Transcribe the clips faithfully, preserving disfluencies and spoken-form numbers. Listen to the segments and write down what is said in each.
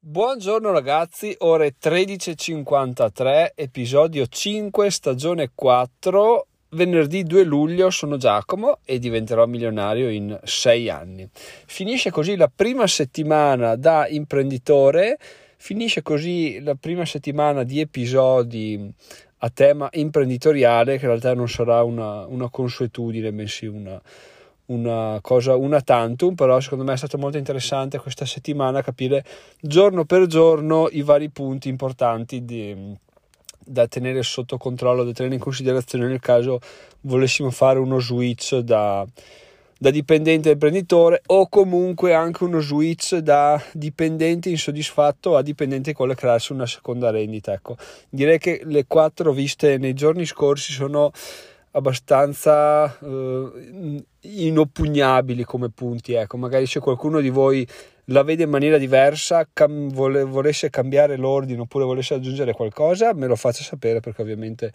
Buongiorno ragazzi, ore tredici e cinquantatré, episodio cinque, stagione quattro, venerdì due luglio. Sono Giacomo e diventerò milionario in sei anni. Finisce così la prima settimana da imprenditore, finisce così la prima settimana di episodi a tema imprenditoriale, che in realtà non sarà una, una consuetudine, bensì una... una cosa una tantum, però secondo me è stato molto interessante questa settimana capire giorno per giorno i vari punti importanti di, da tenere sotto controllo, da tenere in considerazione nel caso volessimo fare uno switch da, da dipendente a imprenditore, o comunque anche uno switch da dipendente insoddisfatto a dipendente che vuole crearsi una seconda rendita. Ecco, direi che le quattro viste nei giorni scorsi sono abbastanza eh, inoppugnabili come punti. Ecco, magari se qualcuno di voi la vede in maniera diversa, cam- vole- volesse cambiare l'ordine oppure volesse aggiungere qualcosa, me lo faccia sapere, perché ovviamente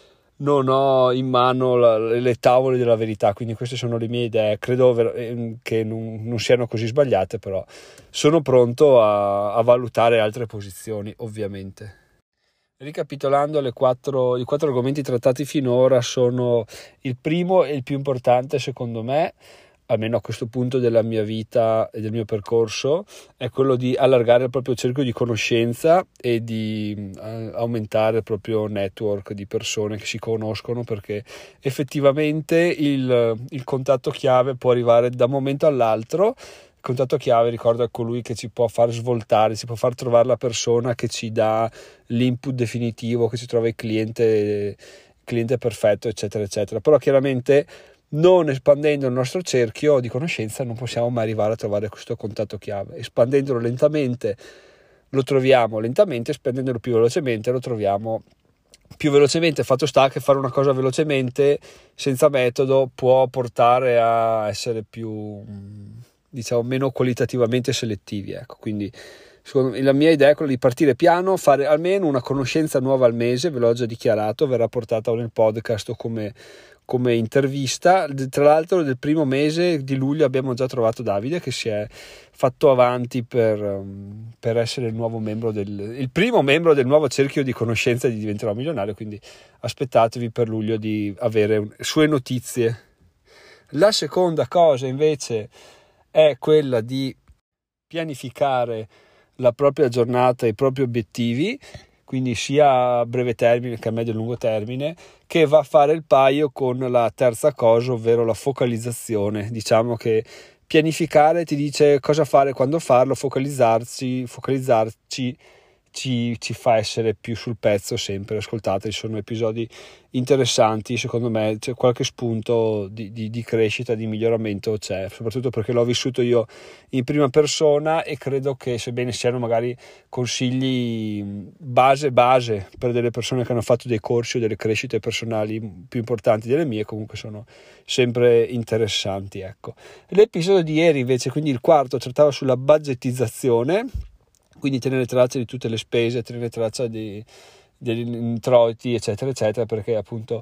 non ho in mano la, le tavole della verità, quindi queste sono le mie idee. Credo ver- che non, non siano così sbagliate, però sono pronto a, a valutare altre posizioni, ovviamente. Ricapitolando, le quattro, i quattro argomenti trattati finora sono: il primo e il più importante secondo me, almeno a questo punto della mia vita e del mio percorso, è quello di allargare il proprio cerchio di conoscenza e di eh, aumentare il proprio network di persone che si conoscono, perché effettivamente il, il contatto chiave può arrivare da un momento all'altro. Il contatto chiave, ricordo, è colui che ci può far svoltare, ci può far trovare la persona che ci dà l'input definitivo, che ci trova il cliente, cliente perfetto, eccetera, eccetera. Però chiaramente, non espandendo il nostro cerchio di conoscenza, non possiamo mai arrivare a trovare questo contatto chiave. Espandendolo lentamente lo troviamo lentamente, espandendolo più velocemente lo troviamo più velocemente. Fatto sta che fare una cosa velocemente, senza metodo, può portare a essere più, diciamo, meno qualitativamente selettivi. Ecco, quindi secondo me, la mia idea è quella di partire piano, fare almeno una conoscenza nuova al mese. Ve l'ho già dichiarato, verrà portata nel podcast o come, come intervista. Tra l'altro, del primo mese di luglio abbiamo già trovato Davide, che si è fatto avanti per, per essere il nuovo membro del il primo membro del nuovo cerchio di conoscenza di Diventerò Milionario, quindi aspettatevi per luglio di avere sue notizie. La seconda cosa invece è quella di pianificare la propria giornata e i propri obiettivi, quindi sia a breve termine che a medio e lungo termine, che va a fare il paio con la terza cosa, ovvero la focalizzazione. Diciamo che pianificare ti dice cosa fare, quando farlo, focalizzarci, focalizzarci ci, ci fa essere più sul pezzo sempre. Ascoltate, ci sono episodi interessanti, secondo me c'è qualche spunto di, di, di crescita, di miglioramento c'è, soprattutto perché l'ho vissuto io in prima persona, e credo che, sebbene siano magari consigli base base per delle persone che hanno fatto dei corsi o delle crescite personali più importanti delle mie, comunque sono sempre interessanti. Ecco, l'episodio di ieri invece, quindi il quarto, trattava sulla budgetizzazione, quindi tenere traccia di tutte le spese, tenere traccia di, degli introiti, eccetera, eccetera, perché appunto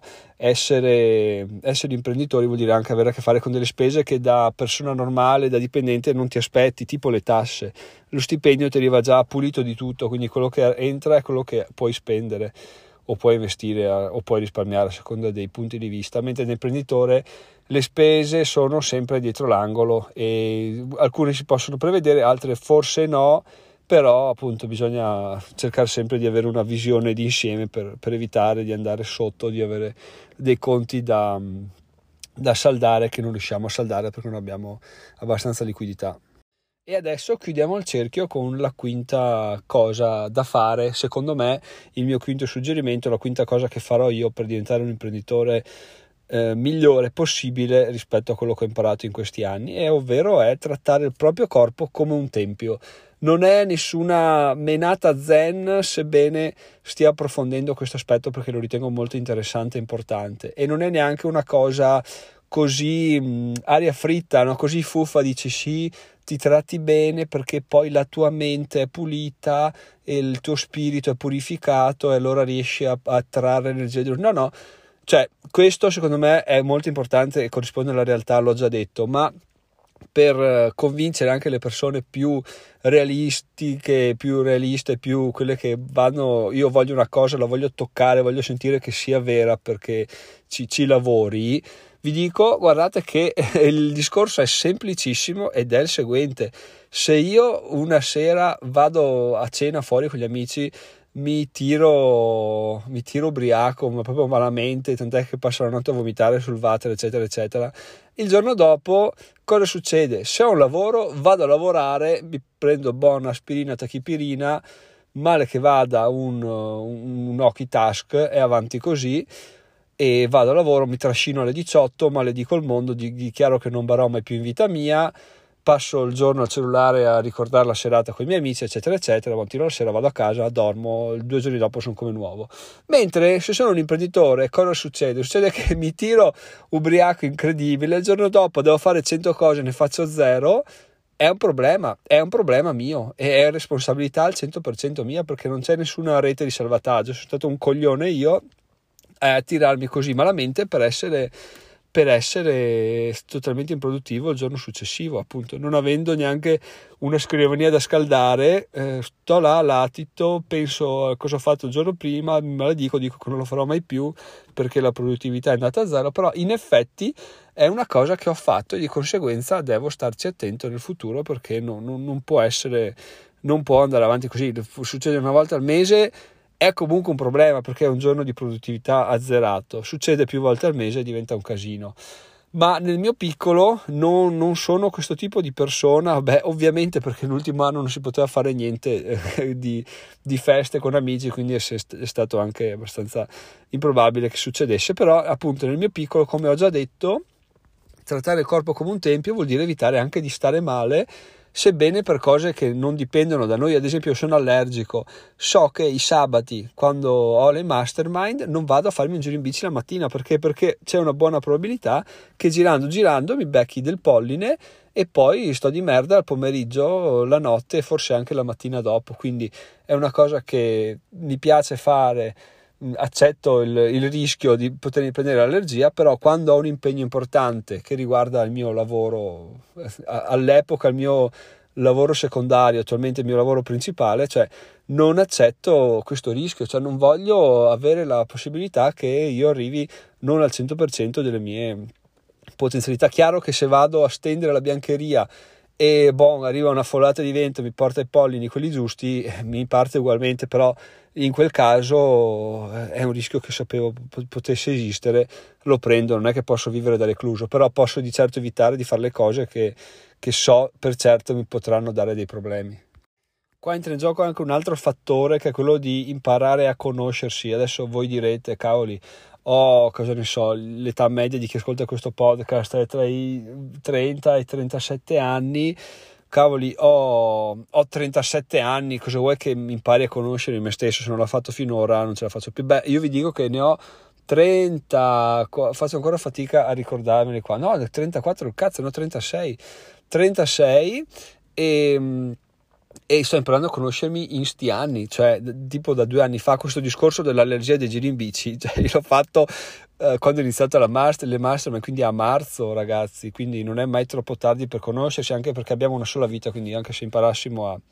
essere, essere imprenditori vuol dire anche avere a che fare con delle spese che da persona normale, da dipendente, non ti aspetti, tipo le tasse. Lo stipendio ti arriva già pulito di tutto, quindi quello che entra è quello che puoi spendere o puoi investire o puoi risparmiare a seconda dei punti di vista, mentre l'imprenditore le spese sono sempre dietro l'angolo, e alcune si possono prevedere, altre forse no. Però appunto bisogna cercare sempre di avere una visione d'insieme per, per evitare di andare sotto, di avere dei conti da, da saldare che non riusciamo a saldare perché non abbiamo abbastanza liquidità. E adesso chiudiamo il cerchio con la quinta cosa da fare. Secondo me, il mio quinto suggerimento, la quinta cosa che farò io per diventare un imprenditore eh, migliore possibile rispetto a quello che ho imparato in questi anni, è ovvero è trattare il proprio corpo come un tempio. Non è nessuna menata zen, sebbene stia approfondendo questo aspetto perché lo ritengo molto interessante e importante, e non è neanche una cosa così mh, aria fritta, no? Così fuffa, dici sì, ti tratti bene perché poi la tua mente è pulita e il tuo spirito è purificato e allora riesci a, a trarre energia. No, no, cioè questo secondo me è molto importante e corrisponde alla realtà, l'ho già detto, ma per convincere anche le persone più realistiche, più realiste, più quelle che vanno, io voglio una cosa, la voglio toccare, voglio sentire che sia vera perché ci, ci lavori. Vi dico, guardate che il discorso è semplicissimo ed è il seguente: se io una sera vado a cena fuori con gli amici, mi tiro mi tiro ubriaco, ma proprio malamente, tant'è che passo la notte a vomitare sul water, eccetera eccetera, il giorno dopo cosa succede? Se ho un lavoro, vado a lavorare, mi prendo buona aspirina, tachipirina, male che vada un, un, un occhi task e avanti così, e vado a lavoro, mi trascino alle diciotto, maledico il mondo, dichiaro che non barò mai più in vita mia, passo il giorno al cellulare a ricordare la serata con i miei amici, eccetera eccetera, tiro la sera, vado a casa, dormo, due giorni dopo sono come nuovo. Mentre se sono un imprenditore, cosa succede? Succede che mi tiro ubriaco incredibile, il giorno dopo devo fare cento cose, ne faccio zero. È un problema, è un problema mio e è responsabilità al cento per cento mia, perché non c'è nessuna rete di salvataggio. Sono stato un coglione io a tirarmi così malamente per essere per essere totalmente improduttivo il giorno successivo, appunto, non avendo neanche una scrivania da scaldare. Eh, sto là, latito, penso a cosa ho fatto il giorno prima, mi maledico, dico che non lo farò mai più perché la produttività è andata a zero, però in effetti è una cosa che ho fatto e di conseguenza devo starci attento nel futuro, perché non, non, non può essere, non può andare avanti così. Succede una volta al mese, è comunque un problema perché è un giorno di produttività azzerato. Succede più volte al mese e diventa un casino. Ma nel mio piccolo non, non sono questo tipo di persona. Beh, ovviamente perché l'ultimo anno non si poteva fare niente eh, di, di feste con amici, quindi è, è stato anche abbastanza improbabile che succedesse. Però appunto nel mio piccolo, come ho già detto, trattare il corpo come un tempio vuol dire evitare anche di stare male, sebbene per cose che non dipendono da noi. Ad esempio, io sono allergico, so che i sabati, quando ho le mastermind, non vado a farmi un giro in bici la mattina, perché perché c'è una buona probabilità che girando girando mi becchi del polline e poi sto di merda al pomeriggio, la notte e forse anche la mattina dopo. Quindi è una cosa che mi piace fare, accetto il, il rischio di potermi prendere l'allergia, però quando ho un impegno importante che riguarda il mio lavoro, all'epoca il mio lavoro secondario, attualmente il mio lavoro principale, cioè non accetto questo rischio, cioè non voglio avere la possibilità che io arrivi non al cento per cento delle mie potenzialità. Chiaro che se vado a stendere la biancheria e bon, arriva una folata di vento, mi porta i pollini, quelli giusti, mi parte ugualmente, però in quel caso è un rischio che sapevo potesse esistere, lo prendo. Non è che posso vivere da recluso, però posso di certo evitare di fare le cose che, che so per certo mi potranno dare dei problemi. Qua entra in gioco anche un altro fattore, che è quello di imparare a conoscersi. Adesso voi direte, cavoli, ho, cosa ne so, l'età media di chi ascolta questo podcast è tra i trenta e i trentasette anni. Cavoli, ho, ho trentasette anni, cosa vuoi che mi impari a conoscere me stesso? Se non l'ho fatto finora non ce la faccio più. Beh, io vi dico che ne ho trenta, faccio ancora fatica a ricordarmene qua. No, trentaquattro, cazzo, ne ho trentasei. trentasei e... e sto imparando a conoscermi in sti anni, cioè tipo da due anni fa. Questo discorso dell'allergia dei giri in bici, cioè io l'ho fatto eh, quando ho iniziato la master, le master, ma quindi a marzo, ragazzi, quindi non è mai troppo tardi per conoscersi, anche perché abbiamo una sola vita, quindi anche se imparassimo a,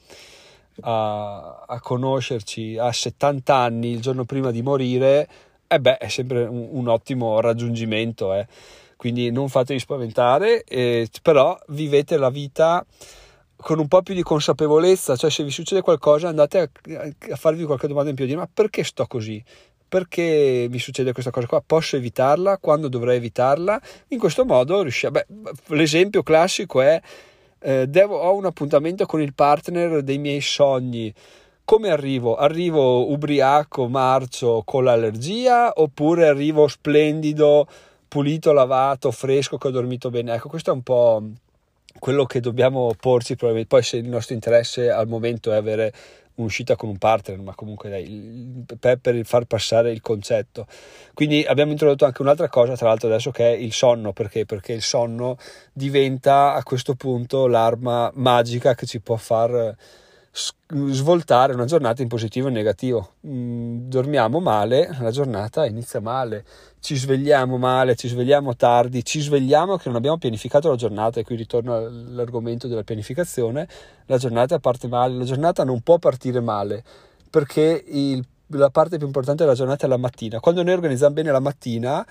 a, a conoscerci a settanta anni, il giorno prima di morire, eh beh, è sempre un, un ottimo raggiungimento, eh. Quindi non fatevi spaventare, eh, però vivete la vita con un po' più di consapevolezza. Cioè, se vi succede qualcosa, andate a, a farvi qualche domanda in più, dire: ma perché sto così? Perché mi succede questa cosa qua? Posso evitarla? Quando dovrei evitarla? In questo modo riusciamo. Beh, l'esempio classico è eh, devo, ho un appuntamento con il partner dei miei sogni. Come arrivo? Arrivo ubriaco, marcio, con l'allergia, oppure arrivo splendido, pulito, lavato, fresco, che ho dormito bene? Ecco, questo è un po' quello che dobbiamo porci, probabilmente. Poi se il nostro interesse al momento è avere un'uscita con un partner, ma comunque dai, per, per far passare il concetto. Quindi abbiamo introdotto anche un'altra cosa, tra l'altro, adesso, che è il sonno. Perché? Perché il sonno diventa a questo punto l'arma magica che ci può far svoltare una giornata in positivo e in negativo. Mm, dormiamo male, la giornata inizia male, ci svegliamo male, ci svegliamo tardi, ci svegliamo che non abbiamo pianificato la giornata, e qui ritorno all'argomento della pianificazione. La giornata parte male, la giornata non può partire male, perché il, la parte più importante della giornata è la mattina. Quando noi organizziamo bene la mattina,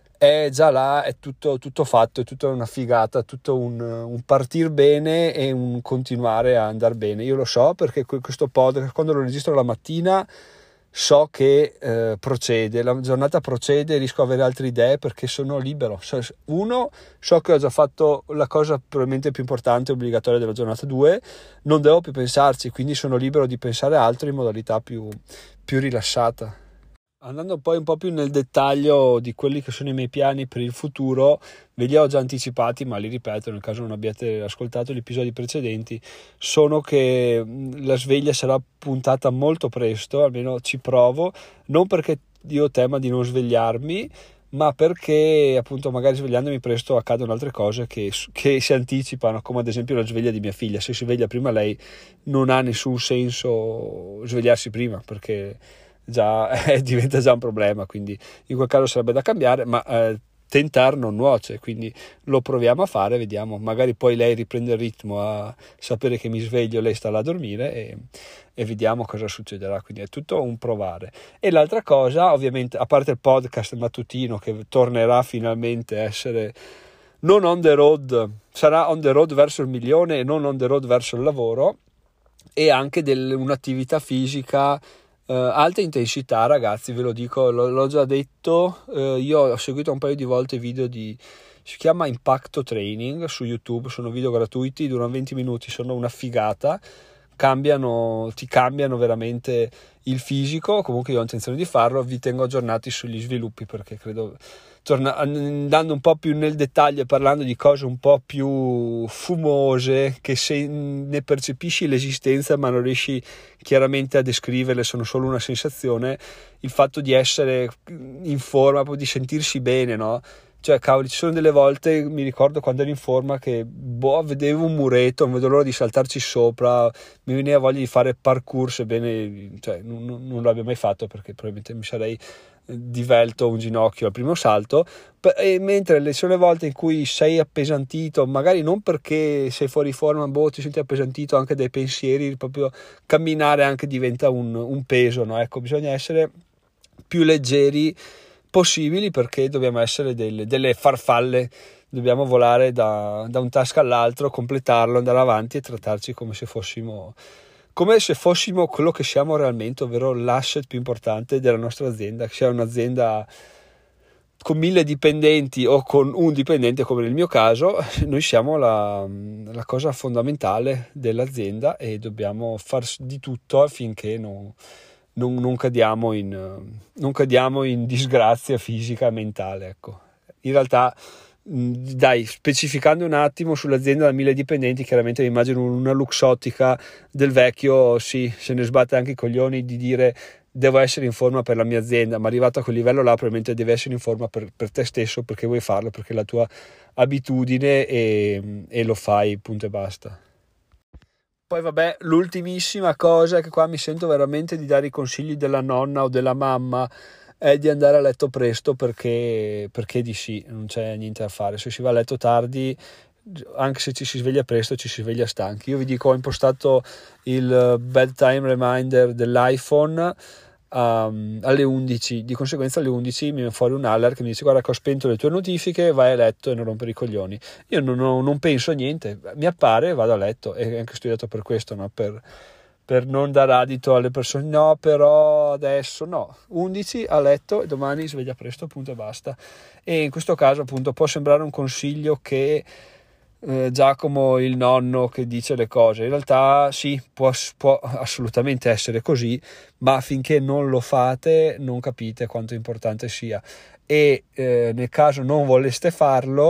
è già là, è tutto, tutto fatto, è tutta una figata, tutto un, un partir bene e un continuare a andare bene. Io lo so perché questo podcast, quando lo registro la mattina, so che eh, procede, la giornata procede, riesco ad avere altre idee perché sono libero. Uno, so che ho già fatto la cosa probabilmente più importante e obbligatoria della giornata. Due, non devo più pensarci, quindi sono libero di pensare a altro in modalità più, più rilassata. Andando poi un po' più nel dettaglio di quelli che sono i miei piani per il futuro, ve li ho già anticipati, ma li ripeto nel caso non abbiate ascoltato gli episodi precedenti. Sono che la sveglia sarà puntata molto presto, almeno ci provo, non perché io tema di non svegliarmi, ma perché appunto magari svegliandomi presto accadono altre cose che, che si anticipano, come ad esempio la sveglia di mia figlia. Se si sveglia prima lei non ha nessun senso svegliarsi prima, perché già eh, diventa già un problema, quindi in quel caso sarebbe da cambiare, ma eh, tentare non nuoce, quindi lo proviamo a fare, vediamo, magari poi lei riprende il ritmo a sapere che mi sveglio, lei sta là a dormire e, e vediamo cosa succederà, quindi è tutto un provare. E l'altra cosa, ovviamente, a parte il podcast mattutino che tornerà finalmente a essere non on the road, sarà on the road verso il milione e non on the road verso il lavoro, e anche del, un'attività fisica Uh, alta intensità, ragazzi, ve lo dico, l- l'ho già detto, uh, io ho seguito un paio di volte video di, si chiama Impacto Training su YouTube, sono video gratuiti, durano venti minuti, sono una figata, cambiano, ti cambiano veramente il fisico. Comunque io ho intenzione di farlo, vi tengo aggiornati sugli sviluppi, perché credo, torna, andando un po' più nel dettaglio e parlando di cose un po' più fumose, che se ne percepisci l'esistenza ma non riesci chiaramente a descriverle, sono solo una sensazione, il fatto di essere in forma, poi di sentirsi bene, no? Cioè, cavoli, ci sono delle volte, mi ricordo quando ero in forma, che boh, vedevo un muretto, non vedo l'ora di saltarci sopra, mi veniva voglia di fare parkour, sebbene cioè, non, non l'abbia mai fatto, perché probabilmente mi sarei divelto un ginocchio al primo salto. E mentre le sono le volte in cui sei appesantito, magari non perché sei fuori forma, boh, ti senti appesantito anche dai pensieri, proprio camminare anche diventa un, un peso, no? Ecco, bisogna essere più leggeri possibili, perché dobbiamo essere delle, delle farfalle, dobbiamo volare da, da un task all'altro, completarlo, andare avanti e trattarci come se fossimo come se fossimo quello che siamo realmente, ovvero l'asset più importante della nostra azienda, che sia un'azienda con mille dipendenti o con un dipendente come nel mio caso. Noi siamo la, la cosa fondamentale dell'azienda e dobbiamo far di tutto affinché non Non, non, cadiamo in, non cadiamo in disgrazia fisica e mentale, ecco. In realtà, dai, specificando un attimo sull'azienda da mille dipendenti, chiaramente mi immagino una luxottica del vecchio, sì, se ne sbatte anche i coglioni di dire devo essere in forma per la mia azienda, ma arrivato a quel livello là probabilmente devi essere in forma per, per te stesso, perché vuoi farlo, perché è la tua abitudine e, e lo fai, punto e basta. Poi vabbè, l'ultimissima cosa, che qua mi sento veramente di dare i consigli della nonna o della mamma, è di andare a letto presto, perché, perché di sì, non c'è niente da fare. Se si va a letto tardi, anche se ci si sveglia presto, ci si sveglia stanchi. Io vi dico, ho impostato il bedtime reminder dell'iPhone Um, alle undici, di conseguenza alle undici mi viene fuori un alert che mi dice: guarda che ho spento le tue notifiche, vai a letto e non rompere i coglioni. Io non, ho, non penso a niente, mi appare e vado a letto. E anche studiato per questo, no? per, per non dare adito alle persone, no però adesso no, undici a letto e domani sveglia presto, punto e basta. E in questo caso appunto può sembrare un consiglio che Eh, Giacomo il nonno che dice le cose, in realtà sì, può, può assolutamente essere così, ma finché non lo fate non capite quanto importante sia. E eh, nel caso non voleste farlo,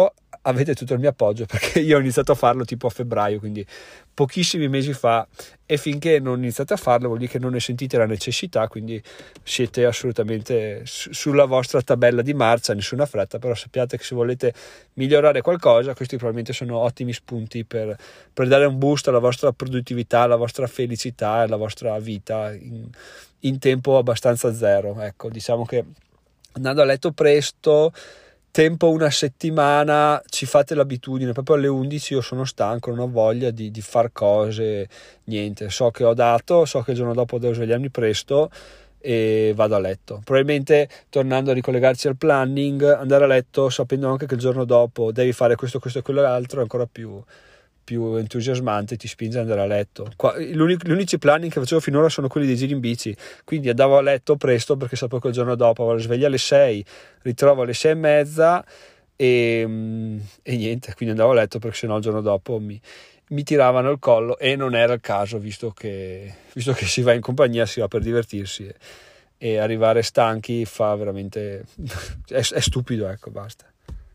avete tutto il mio appoggio, perché io ho iniziato a farlo tipo a febbraio, quindi pochissimi mesi fa, e finché non iniziate a farlo vuol dire che non ne sentite la necessità, quindi siete assolutamente su- sulla vostra tabella di marcia, nessuna fretta, però sappiate che se volete migliorare qualcosa, questi probabilmente sono ottimi spunti per, per dare un boost alla vostra produttività, alla vostra felicità e alla vostra vita in, in tempo abbastanza zero. Ecco, diciamo che andando a letto presto, tempo una settimana, ci fate l'abitudine, proprio alle undici io sono stanco, non ho voglia di, di far cose, niente, so che ho dato, so che il giorno dopo devo svegliarmi presto e vado a letto. Probabilmente, tornando a ricollegarci al planning, andare a letto sapendo anche che il giorno dopo devi fare questo, questo e quell'altro è ancora più più entusiasmante, ti spinge ad andare a letto. Qua, gli unici planning che facevo finora sono quelli dei giri in bici, quindi andavo a letto presto perché sapevo che il giorno dopo avevo la sveglia alle sei, ritrovo alle sei e mezza e, e niente, quindi andavo a letto perché sennò il giorno dopo mi, mi tiravano il collo, e non era il caso, visto che, visto che si va in compagnia, si va per divertirsi, e, e arrivare stanchi fa veramente è, è stupido, ecco, basta.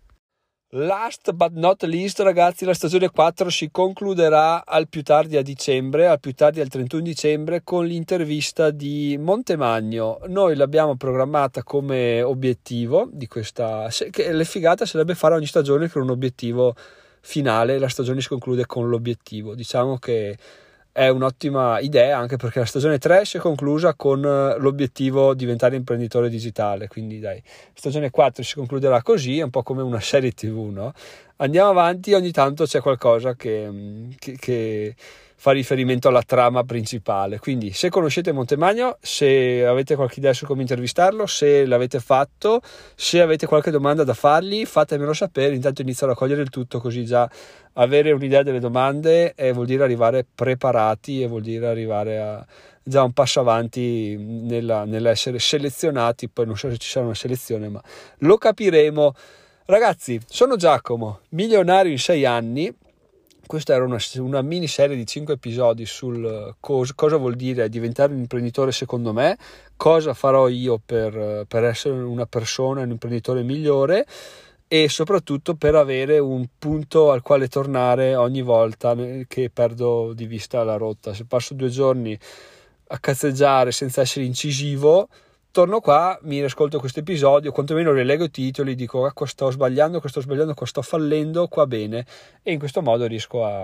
Last but not least, ragazzi, la stagione quattro si concluderà al più tardi a dicembre, al più tardi al trentuno dicembre, con l'intervista di Montemagno. Noi l'abbiamo programmata come obiettivo di questa, che le figata sarebbe fare ogni stagione con un obiettivo finale, la stagione si conclude con l'obiettivo. Diciamo che è un'ottima idea, anche perché la stagione tre si è conclusa con l'obiettivo diventare imprenditore digitale, quindi dai, stagione quattro si concluderà così, è un po' come una serie tv, no? Andiamo avanti, ogni tanto c'è qualcosa che, che, che fa riferimento alla trama principale, quindi se conoscete Montemagno, se avete qualche idea su come intervistarlo, se l'avete fatto, se avete qualche domanda da fargli, fatemelo sapere, intanto inizio a raccogliere il tutto, così già avere un'idea delle domande e vuol dire arrivare preparati, e vuol dire arrivare a già un passo avanti nella, nell'essere selezionati. Poi non so se ci sarà una selezione, ma lo capiremo. Ragazzi, sono Giacomo, milionario in sei anni. Questa era una, una miniserie di cinque episodi sul cos, cosa vuol dire diventare un imprenditore secondo me, cosa farò io per, per essere una persona, un imprenditore migliore, e soprattutto per avere un punto al quale tornare ogni volta che perdo di vista la rotta. Se passo due giorni a cazzeggiare senza essere incisivo, torno qua, mi riascolto questo episodio, quantomeno rileggo i titoli, dico ah, qua sto sbagliando, qua sto sbagliando, qua sto fallendo, qua bene, e in questo modo riesco a,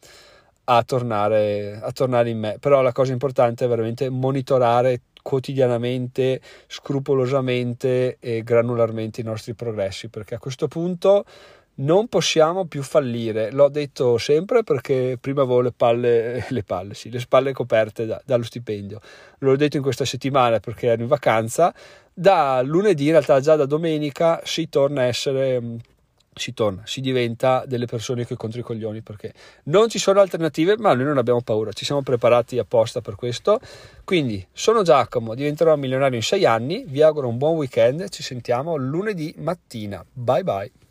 a, tornare, a tornare in me. Però la cosa importante è veramente monitorare quotidianamente, scrupolosamente e granularmente i nostri progressi, perché a questo punto non possiamo più fallire. L'ho detto sempre perché prima avevo le palle, le palle, sì, le spalle coperte da, dallo stipendio. L'ho detto in questa settimana perché ero in vacanza. Da lunedì, in realtà già da domenica, si torna a essere, si torna, si diventa delle persone che contro i coglioni, perché non ci sono alternative, ma noi non abbiamo paura, ci siamo preparati apposta per questo. Quindi sono Giacomo, diventerò milionario in sei anni, vi auguro un buon weekend, ci sentiamo lunedì mattina, bye bye.